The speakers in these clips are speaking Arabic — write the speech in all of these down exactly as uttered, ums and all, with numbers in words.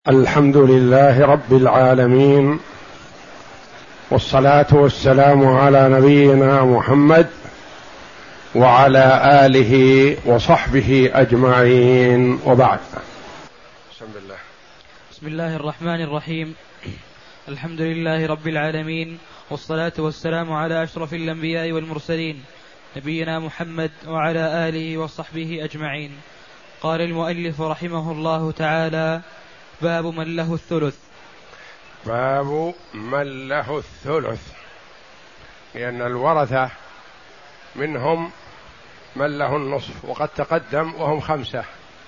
الحمد لله رب العالمين، والصلاة والسلام على نبينا محمد وعلى آله وصحبه أجمعين، وبعد. بسم الله بسم الله الرحمن الرحيم. الحمد لله رب العالمين، والصلاة والسلام على أشرف الأنبياء والمرسلين نبينا محمد وعلى آله وصحبه أجمعين. قال المؤلف رحمه الله تعالى: باب من له الثلث. باب من له الثلث، لأن الورثة منهم من له النصف وقد تقدم وهم خمسة،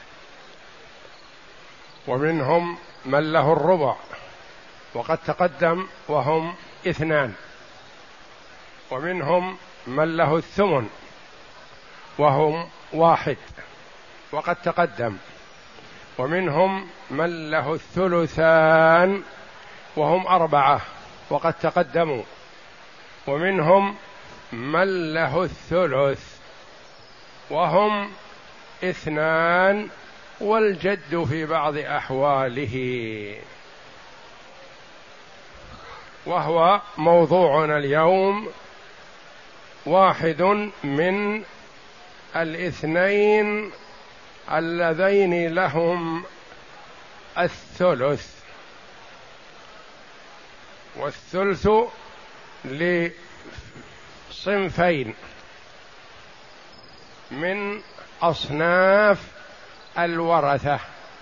ومنهم من له الربع وقد تقدم وهم اثنان، ومنهم من له الثمن وهم واحد وقد تقدم، ومنهم من له الثلثان وهم أربعة وقد تقدموا، ومنهم من له الثلث وهم اثنان والجد في بعض أحواله، وهو موضوعنا اليوم واحد من الاثنين اللذين لهم الثلث. والثلث لصنفين من أصناف الورثة.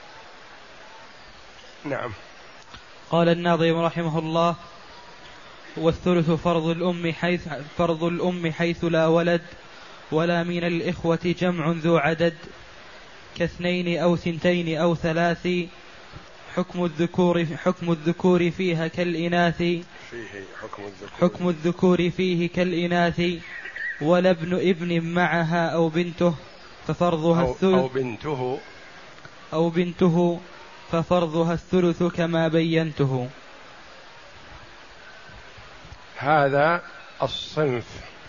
نعم. قال الناظم رحمه الله: والثلث فرض الأم حيث فرض الأم حيث لا ولد، ولا من الإخوة جمع ذو عدد، كاثنين أو ثنتين أو ثلاث، حكم الذكور حكم الذكور فيها كالإناث فيه حكم الذكور, حكم الذكور فيه كالإناث، ولا ابن ابن معها أو بنته ففرضها أو الثلث أو بنته أو بنته ففرضها الثلث كما بينته. هذا الصنف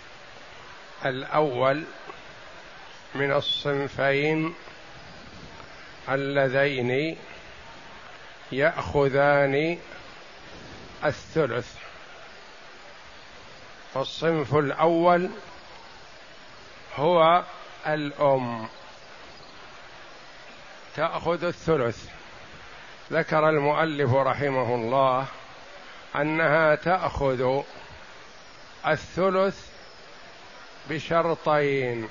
الأول من الصنفين اللذين يأخذان الثلث. فالصنف الأول هو الأم، تأخذ الثلث. ذكر المؤلف رحمه الله أنها تأخذ الثلث بشرطين،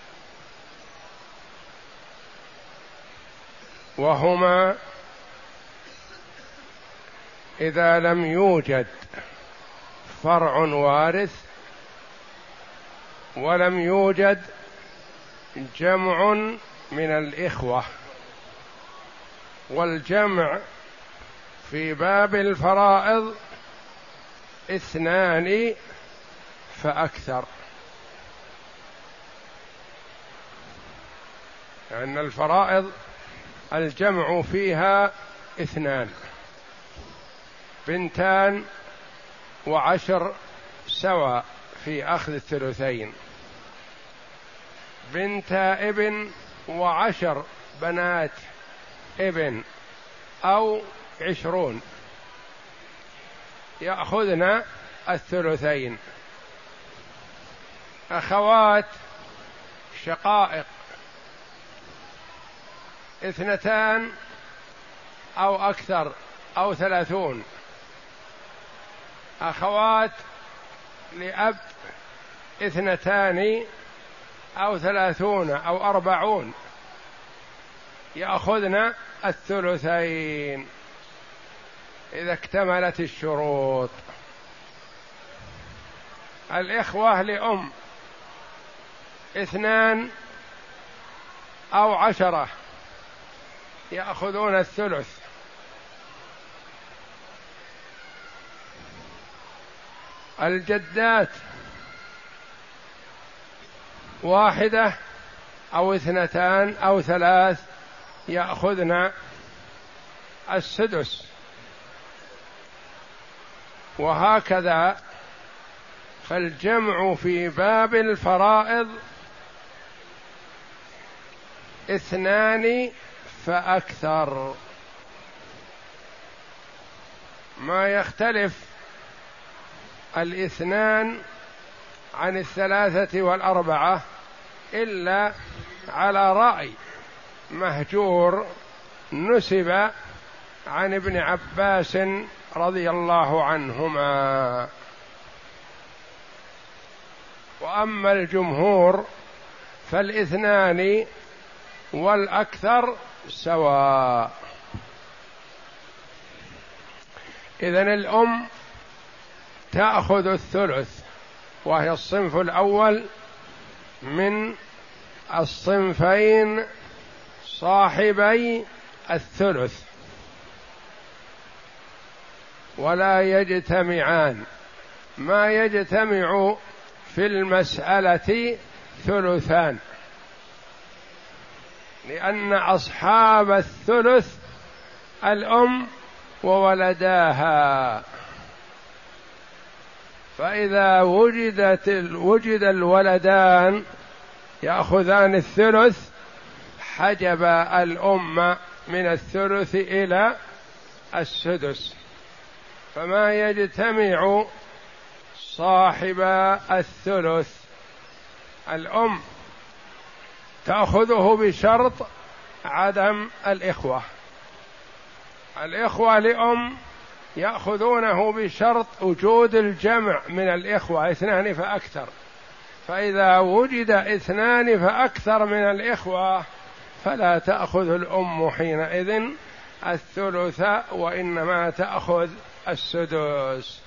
وهما: إذا لم يوجد فرع وارث، ولم يوجد جمع من الإخوة. والجمع في باب الفرائض اثنان فأكثر، لأن الفرائض الجمع فيها اثنان، بنتان وعشر سواء في أخذ الثلثين، بنت ابن وعشر بنات ابن أو عشرون يأخذن الثلثين. أخوات شقائق اثنتان أو أكثر أو ثلاثون، أخوات لأب اثنتان أو ثلاثون أو أربعون يأخذن الثلثين إذا اكتملت الشروط. الإخوة لأم اثنان أو عشرة يأخذون الثلث. الجدات واحدة أو اثنتان أو ثلاث يأخذن السدس، وهكذا. فالجمع في باب الفرائض اثنان فأكثر. ما يختلف الاثنان عن الثلاثة والأربعة إلا على رأي مهجور نسب عن ابن عباس رضي الله عنهما. وأما الجمهور فالاثنان والأكثر سواء. إذن الأم تأخذ الثلث، وهي الصنف الأول من الصنفين صاحبي الثلث، ولا يجتمعان، ما يجتمع في المسألة ثلثان، لأن أصحاب الثلث الأم وولداها، فإذا وجدت وجد الولدان يأخذان الثلث حجب الأم من الثلث إلى السدس، فما يجتمع صاحب الثلث. الأم تأخذه بشرط عدم الإخوة، الإخوة لأم يأخذونه بشرط وجود الجمع من الإخوة اثنان فأكثر، فإذا وجد اثنان فأكثر من الإخوة فلا تأخذ الأم حينئذ الثلث، وإنما تأخذ السدس.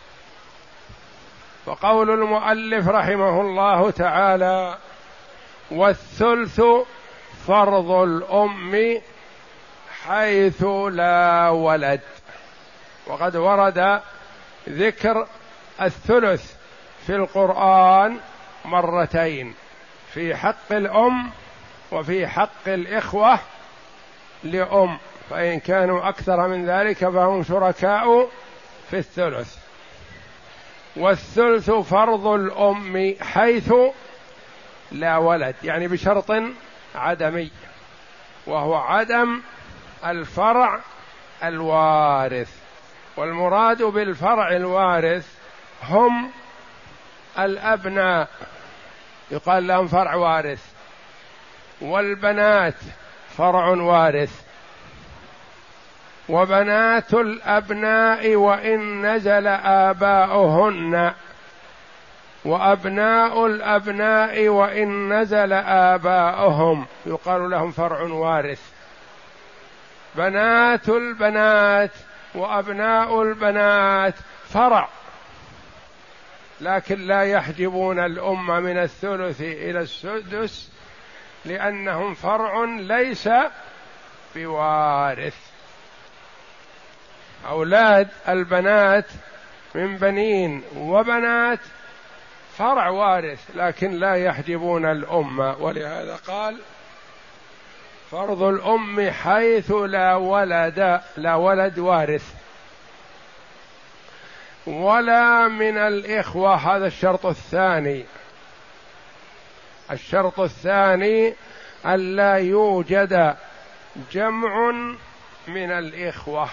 وقول المؤلف رحمه الله تعالى: والثلث فرض الأم حيث لا ولد. وقد ورد ذكر الثلث في القرآن مرتين، في حق الأم وفي حق الإخوة لأم، فإن كانوا أكثر من ذلك فهم شركاء في الثلث. والثلث فرض الأم حيث لا ولد، يعني بشرط عدمي، وهو عدم الفرع الوارث. والمراد بالفرع الوارث هم الأبناء، يقال لهم فرع وارث، والبنات فرع وارث، وبنات الأبناء وإن نزل آباؤهن، وأبناء الأبناء وإن نزل آباؤهم يقال لهم فرع وارث. بنات البنات وأبناء البنات فرع، لكن لا يحجبون الأم من الثلث إلى السدس، لأنهم فرع ليس بوارث. أولاد البنات من بنين وبنات فرع وارث، لكن لا يحجبون الأم، ولهذا قال: فرض الأم حيث لا ولد، لا ولد وارث. ولا من الإخوة، هذا الشرط الثاني. الشرط الثاني ألا يوجد جمع من الإخوة،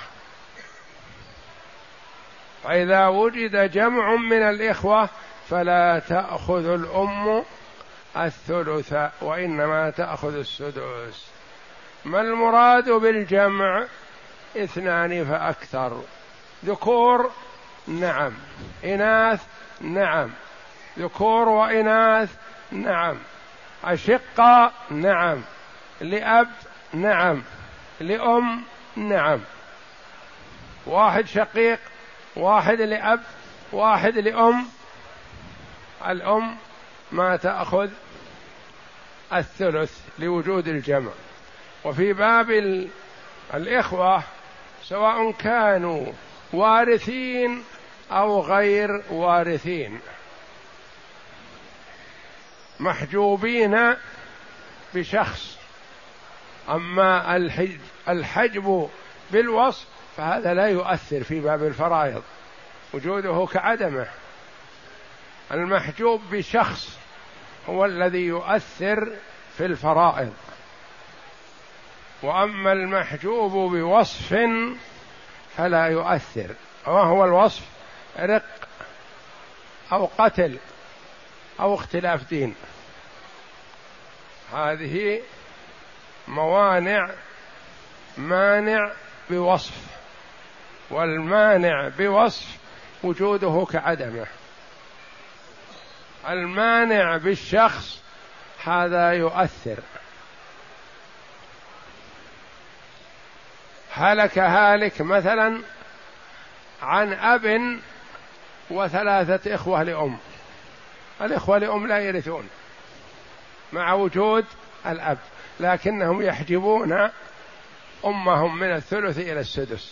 فإذا وجد جمع من الإخوة فلا تأخذ الأم الثلث، وإنما تأخذ السدس. ما المراد بالجمع؟ اثنان فأكثر، ذكور نعم، إناث نعم، ذكور وإناث نعم، أشقة نعم، لأب نعم، لأم نعم، واحد شقيق، واحد لأب، واحد لأم. الأم ما تأخذ الثلث لوجود الجمع. وفي باب الإخوة سواء كانوا وارثين أو غير وارثين، محجوبين بشخص، أما الحجب بالوصف فهذا لا يؤثر في باب الفرائض، وجوده كعدمه. المحجوب بشخص هو الذي يؤثر في الفرائض، وأما المحجوب بوصف فلا يؤثر، وهو الوصف رق أو قتل أو اختلاف دين. هذه موانع، مانع بوصف، والمانع بوصف وجوده كعدمه. المانع بالشخص هذا يؤثر. هلك هالك مثلا عن أب وثلاثة إخوة لأم، الإخوة لأم لا يرثون مع وجود الأب، لكنهم يحجبون أمهم من الثلث إلى السدس.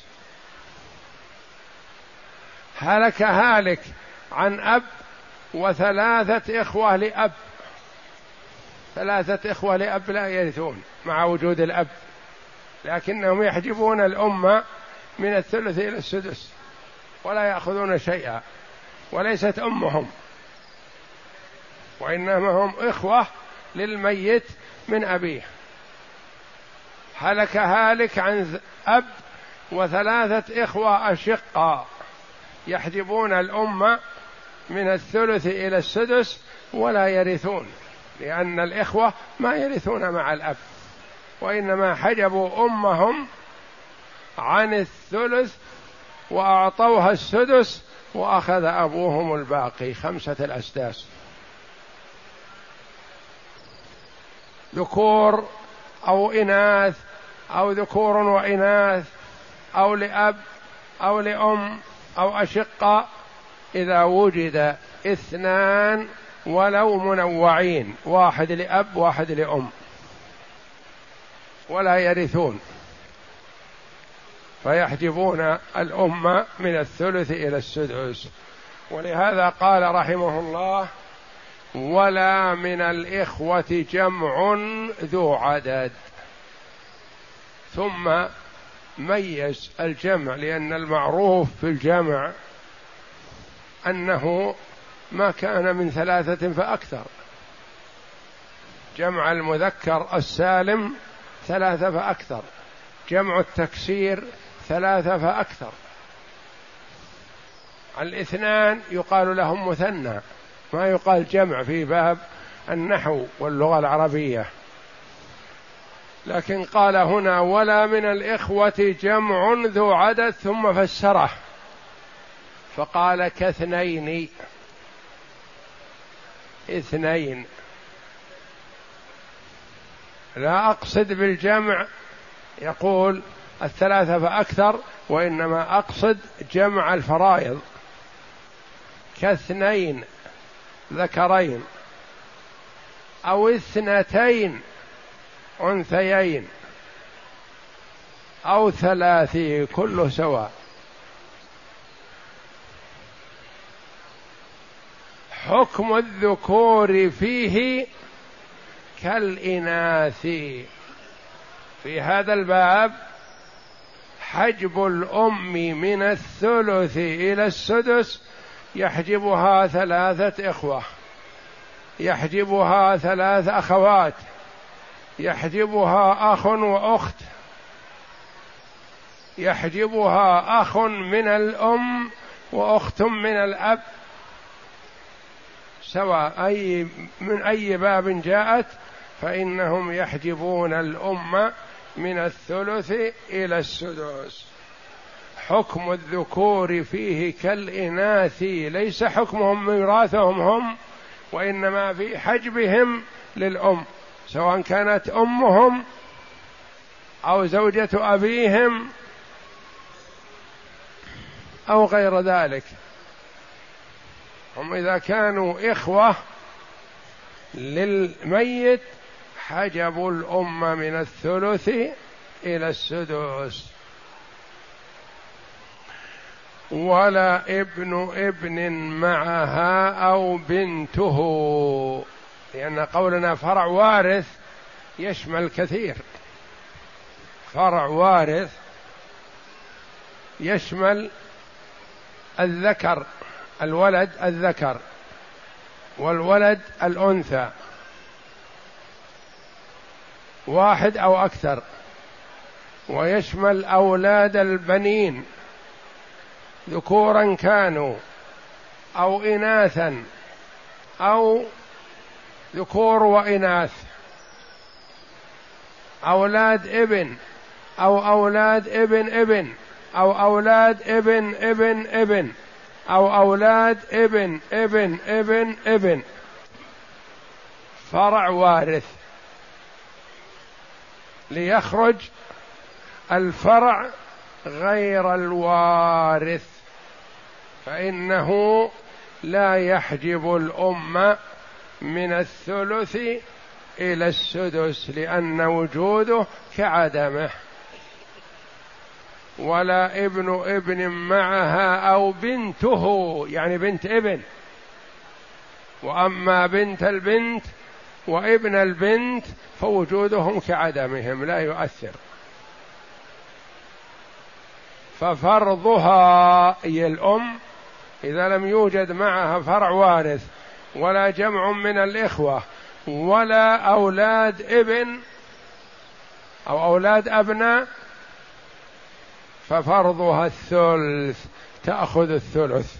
هلك هالك عن أب وثلاثة إخوة لأب، ثلاثة إخوة لأب لا يرثون مع وجود الأب، لكنهم يحجبون الأم من الثلث إلى السدس ولا يأخذون شيئا، وليست أمهم، وإنما هم إخوة للميت من أبيه. هلك هالك عن أب وثلاثة إخوة أشقاء يحجبون الأم من الثلث إلى السدس ولا يرثون، لأن الإخوة ما يرثون مع الأب، وإنما حجبوا أمهم عن الثلث وأعطوها السدس وأخذ أبوهم الباقي خمسة الأسداس. ذكور أو إناث أو ذكور وإناث أو لأب أو لأم أو أشقاء، إذا وجد اثنان ولو منوعين، واحد لأب واحد لأم، ولا يرثون، فيحجبون الأم من الثلث إلى السدس. ولهذا قال رحمه الله: ولا من الإخوة جمع ذو عدد. ثم ميز الجمع، لأن المعروف في الجمع أنه ما كان من ثلاثة فأكثر. جمع المذكر السالم ثلاثة فأكثر، جمع التكسير ثلاثة فأكثر. الاثنان يقال لهم مثنى، ما يقال جمع في باب النحو واللغة العربية. لكن قال هنا: ولا من الإخوة جمع ذو عدد، ثم فسره فقال: كاثنين، اثنين. لا أقصد بالجمع يقول الثلاثة فأكثر، وإنما أقصد جمع الفرائض، كاثنين ذكرين أو اثنتين أنثيين أو ثلاثي، كله سواء. حكم الذكور فيه كالإناث. في هذا الباب حجب الأم من الثلث إلى السدس يحجبها ثلاثة إخوة، يحجبها ثلاث أخوات، يحجبها أخ وأخت، يحجبها أخ من الأم وأخت من الأب، سواء أي من أي باب جاءت، فإنهم يحجبون الأم من الثلث إلى السدس. حكم الذكور فيه كالإناث، ليس حكمهم ميراثهم هم، وإنما في حجبهم للأم، سواء كانت أمهم أو زوجة أبيهم أو غير ذلك. هم إذا كانوا إخوة للميت حجبوا الأم من الثلث إلى السدس. ولا ابن ابن معها أو بنته، لأن قولنا فرع وارث يشمل كثير. فرع وارث يشمل الذكر، الولد الذكر والولد الأنثى، واحد أو أكثر، ويشمل أولاد البنين ذكورا كانوا أو إناثا أو ذكور وإناث، أولاد ابن أو أولاد ابن ابن أو أولاد ابن ابن ابن أو أولاد ابن ابن ابن ابن، فرع وارث، ليخرج الفرع غير الوارث، فإنه لا يحجب الأم من الثلث إلى السدس، لأن وجوده كعدمه. ولا ابن ابن معها أو بنته، يعني بنت ابن، وأما بنت البنت وابن البنت فوجودهم كعدمهم لا يؤثر. ففرضها هي الأم إذا لم يوجد معها فرع وارث ولا جمع من الإخوة ولا أولاد ابن أو أولاد أبناء، ففرضها الثلث، تأخذ الثلث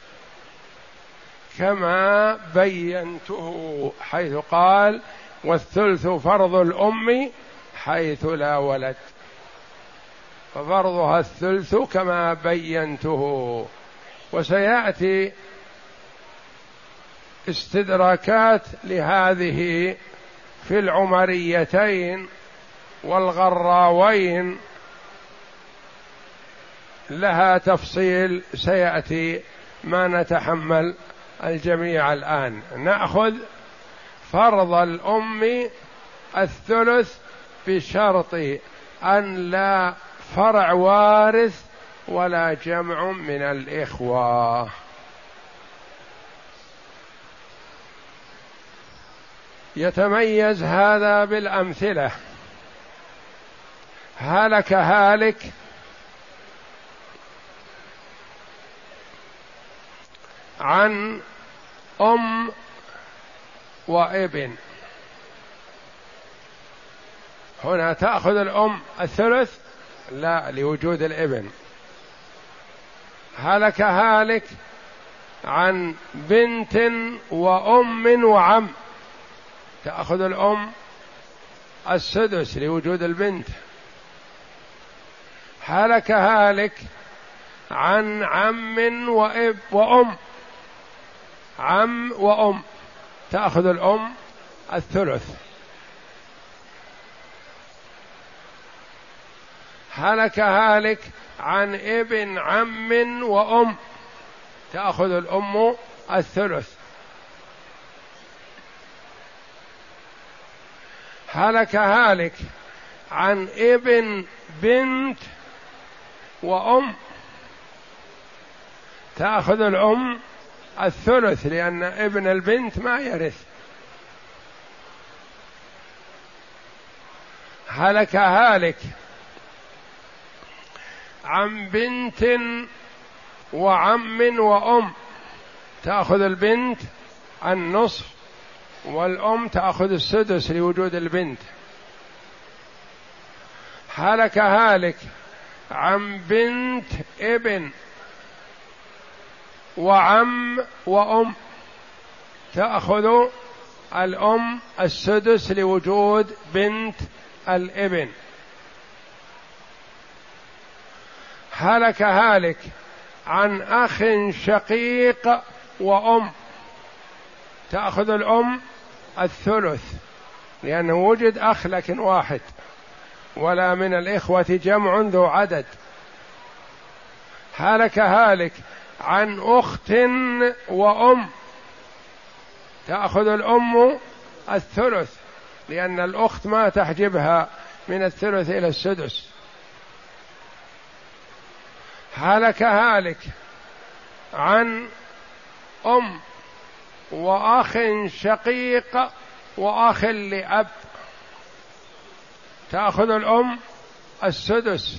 كما بينته، حيث قال والثلث فرض الأم حيث لا ولد، ففرضها الثلث كما بينته. وسيأتي استدراكات لهذه في العمريتين والغراوين، لها تفصيل سيأتي، ما نتحمل الجميع الآن. نأخذ فرض الأم الثلث بشرط أن لا فرع وارث ولا جمع من الإخوة. يتميز هذا بالأمثلة: هلك هالك عن أم وابن، هنا تأخذ الأم الثلث؟ لا، لوجود الابن. هلك هالك عن بنت وأم وعم، تأخذ الأم السدس لوجود البنت. هلك هالك عن عم وأب وأم، عم وأم، تأخذ الأم الثلث. هلك هالك عن ابن عم وأم، تأخذ الأم الثلث. هلك هالك عن ابن بنت وأم، تأخذ الأم الثلث، لأن ابن البنت ما يرث. هلك هالك عن بنت وعم وأم، تأخذ البنت النصف والأم تأخذ السدس لوجود البنت. هلك هالك عن بنت ابن وعم وأم، تأخذ الأم السدس لوجود بنت الابن. هلك هالك عن أخ شقيق وأم، تأخذ الأم الثلث، لأنه وجد أخ لكن واحد، ولا من الإخوة جمع ذو عدد. هلك هالك عن أخت وأم، تأخذ الأم الثلث، لأن الأخت ما تحجبها من الثلث إلى السدس. هلك هالك عن أم وأخ شقيق وأخ لأب، تأخذ الأم السدس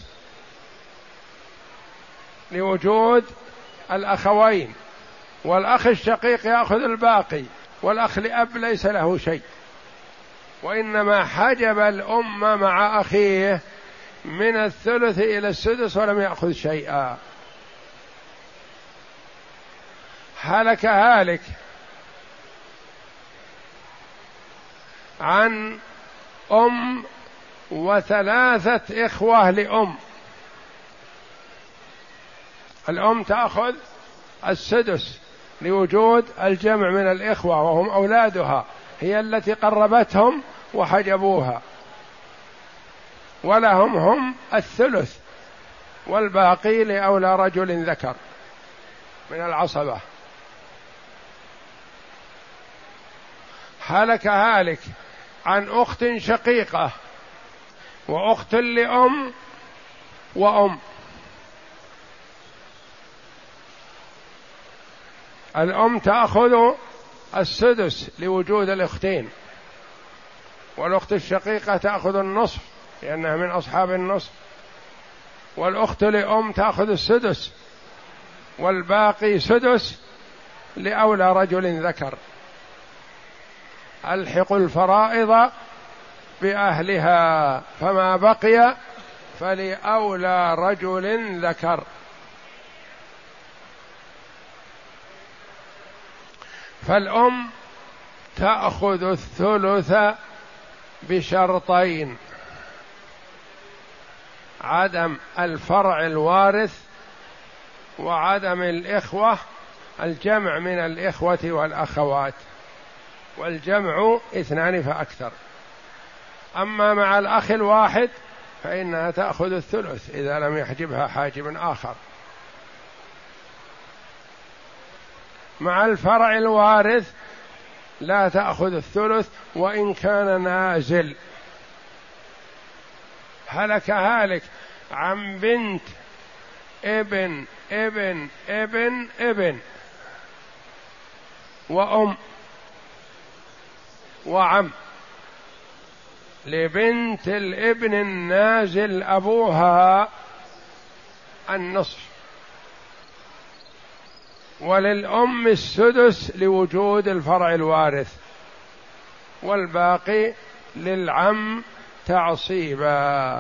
لوجود الأخوين، والأخ الشقيق يأخذ الباقي، والأخ لأب ليس له شيء، وإنما حجب الأم مع أخيه من الثلث إلى السدس ولم يأخذ شيئا. هلك هالك عن أم وثلاثة إخوة لأم. الأم تأخذ السدس لوجود الجمع من الإخوة وهم أولادها، هي التي قربتهم وحجبوها، ولهم هم الثلث، والباقي لأولى رجل ذكر من العصبة. هلك هالك عن أخت شقيقة وأخت لأم وأم. الأم تأخذ السدس لوجود الأختين، والأخت الشقيقة تأخذ النصف لأنها من أصحاب النصف، والأخت لأم تأخذ السدس، والباقي سدس لأولى رجل ذكر. ألحقوا الفرائض بأهلها فما بقي فلأولى رجل ذكر. فالأم تأخذ الثلث بشرطين: عدم الفرع الوارث، وعدم الإخوة، الجمع من الإخوة والأخوات، والجمع اثنان فأكثر. أما مع الأخ الواحد فإنها تأخذ الثلث إذا لم يحجبها حاجب آخر. مع الفرع الوارث لا تأخذ الثلث وإن كان نازل. هلك هالك عن بنت ابن ابن ابن ابن وأم وعم. لبنت الابن النازل أبوها النصف، وللأم السدس لوجود الفرع الوارث، والباقي للعم تعصيبا.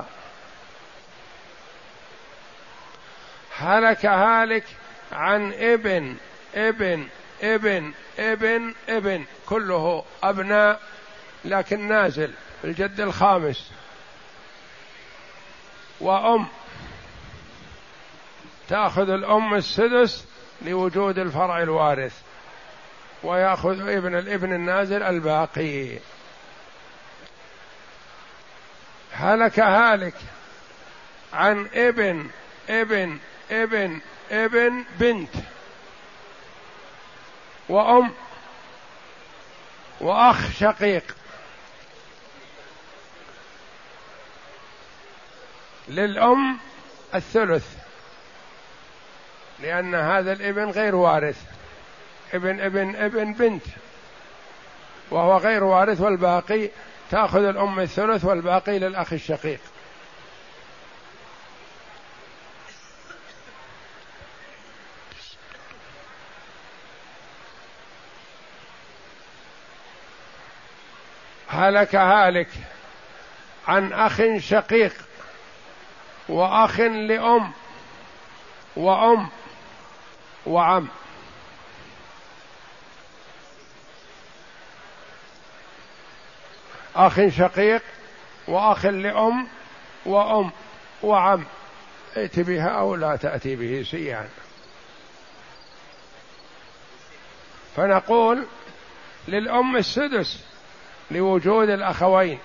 هلك هالك عن ابن ابن ابن ابن ابن، كله أبناء لكن نازل الجد الخامس، وأم تأخذ الأم السدس لوجود الفرع الوارث، ويأخذ ابن الابن النازل الباقي. هلك هالك عن ابن ابن ابن ابن بنت وأم وأخ شقيق. للأم الثلث لأن هذا الابن غير وارث، ابن ابن ابن بنت وهو غير وارث، والباقي تأخذ الأم الثلث والباقي للأخ الشقيق. هلك هالك عن أخ شقيق وأخ لأم وأم وعم. أخ شقيق وأخ لأم وأم وعم، ائت بها أو لا تأتي به سيئا. فنقول للأم السدس لوجود الأخوين،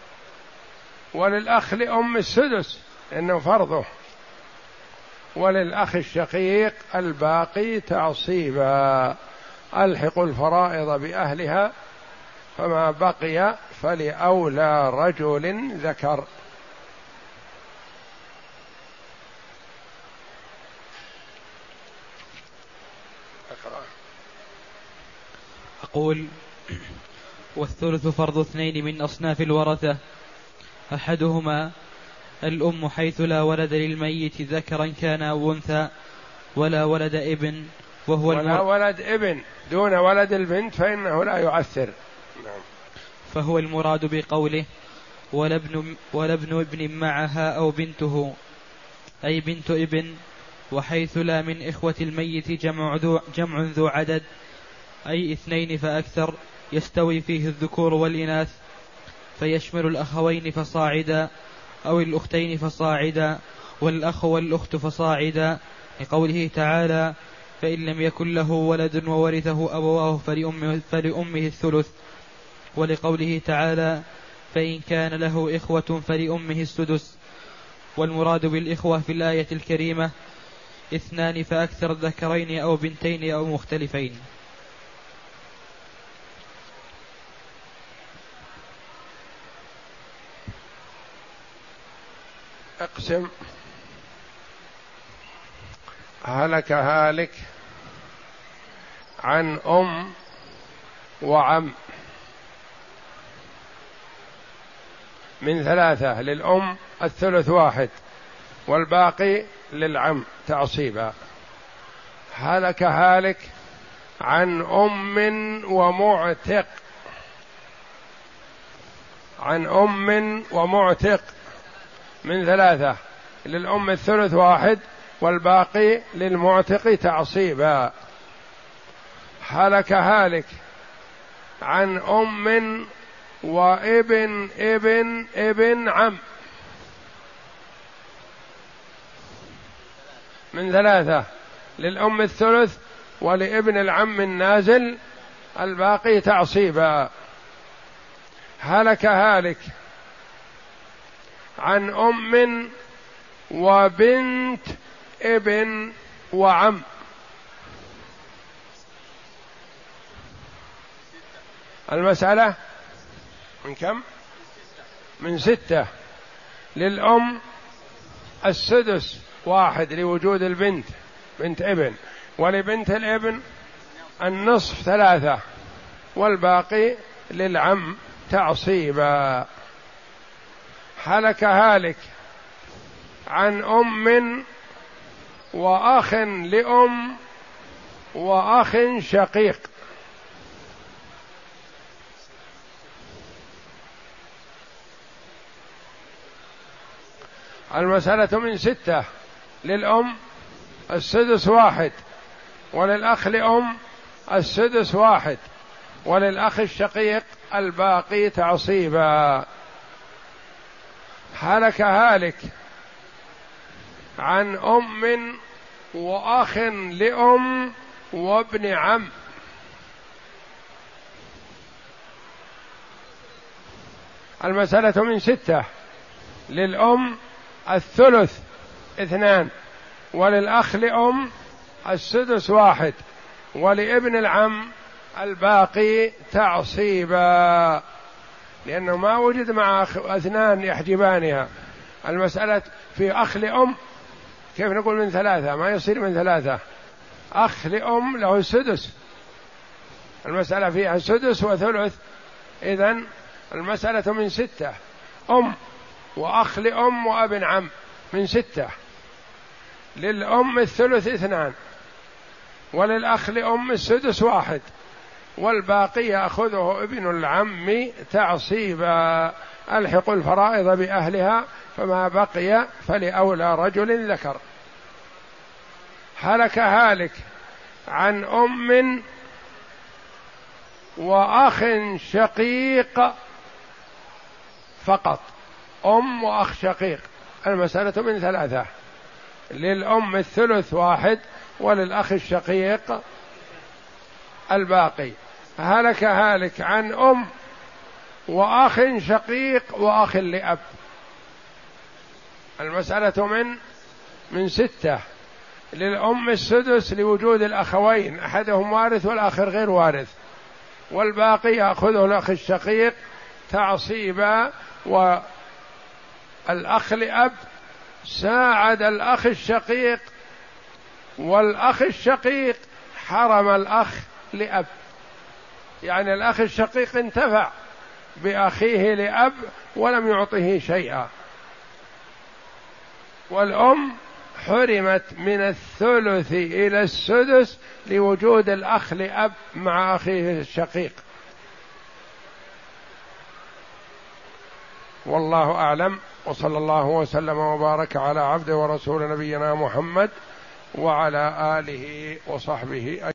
وللأخ لأم السدس إنه فرضه، وللأخ الشقيق الباقي تعصيبا. ألحقوا الفرائض بأهلها فما بقي فلأولى رجل ذكر. أقول: والثلث فرض اثنين من أصناف الورثة: أحدهما الأم حيث لا ولد للميت ذكرا كان أو أنثى، ولا ولد ابن، وهو ولا ولد ابن دون ولد البنت فإنه لا يؤثر. نعم. فهو المراد بقوله: ولا ابن, ولا ابن ابن معها أو بنته، أي بنت ابن وحيث لا من إخوة الميت جمع ذو, جمع ذو عدد أي اثنين فأكثر يستوي فيه الذكور والإناث، فيشمل الأخوين فصاعدا أو الأختين فصاعدا والأخ والأخت فصاعدا، لقوله تعالى فإن لم يكن له ولد وورثه أبواه فلأمه, فلأمه الثلث، ولقوله تعالى فإن كان له إخوة فلأمه السدس. والمراد بالإخوة في الآية الكريمة اثنان فأكثر ذكرين أو بنتين أو مختلفين. اقسم. هلك هالك عن أم وعم من ثلاثة، للأم الثلث واحد والباقي للعم تعصيبا. هلك هالك عن أم ومعتق، عن أم ومعتق من ثلاثة، للأم الثلث واحد والباقي للمعتق تعصيبا. هلك هالك عن أم وابن ابن ابن عم من ثلاثة، للأم الثلث ولابن العم النازل الباقي تعصيبا. هلك هالك عن أم وبنت ابن وعم المسألة من كم؟ من ستة. للأم السدس واحد لوجود البنت بنت ابن، ولبنت الابن النصف ثلاثة، والباقي للعم تعصيبا. هلك هالك عن أم وأخ لأم وأخ شقيق المسألة من ستة، للأم السدس واحد، وللأخ لأم السدس واحد، وللأخ الشقيق الباقي تعصيبا. هلك هالك عن أم وأخ لأم وابن عم المسألة من ستة، للأم الثلث اثنان، وللأخ لأم السدس واحد، ولابن العم الباقي تعصيبا، لأنه ما وجد مع اثنان يحجبانها. المسألة في أخ لأم كيف نقول من ثلاثة؟ ما يصير من ثلاثة. أخ لأم له السدس، المسألة فيها سدس وثلث، إذن المسألة من ستة، أم وأخ لأم وابن عم من ستة، للأم الثلث اثنان، وللأخ لأم السدس واحد، والباقي يأخذه ابن العم تعصيبا. ألحق الفرائض بأهلها، فما بقي فلأولى رجل ذكر. هلك هالك عن أم وأخ شقيق فقط، أم وأخ شقيق المسألة من ثلاثة، للأم الثلث واحد، وللأخ الشقيق الباقي. هلك هالك عن أم وأخ شقيق وأخ لأب المسألة من من ستة، للأم السدس لوجود الأخوين، أحدهم وارث والآخر غير وارث، والباقي يأخذه الأخ الشقيق تعصيبا. والأخ لأب ساعد الأخ الشقيق، والأخ الشقيق حرم الأخ لأب، يعني الأخ الشقيق انتفع بأخيه لأب ولم يعطه شيئا، والأم حرمت من الثلث إلى السدس لوجود الأخ لأب مع أخيه الشقيق. والله أعلم، وصلى الله وسلم وبارك على عبده ورسول نبينا محمد وعلى آله وصحبه أجمعين.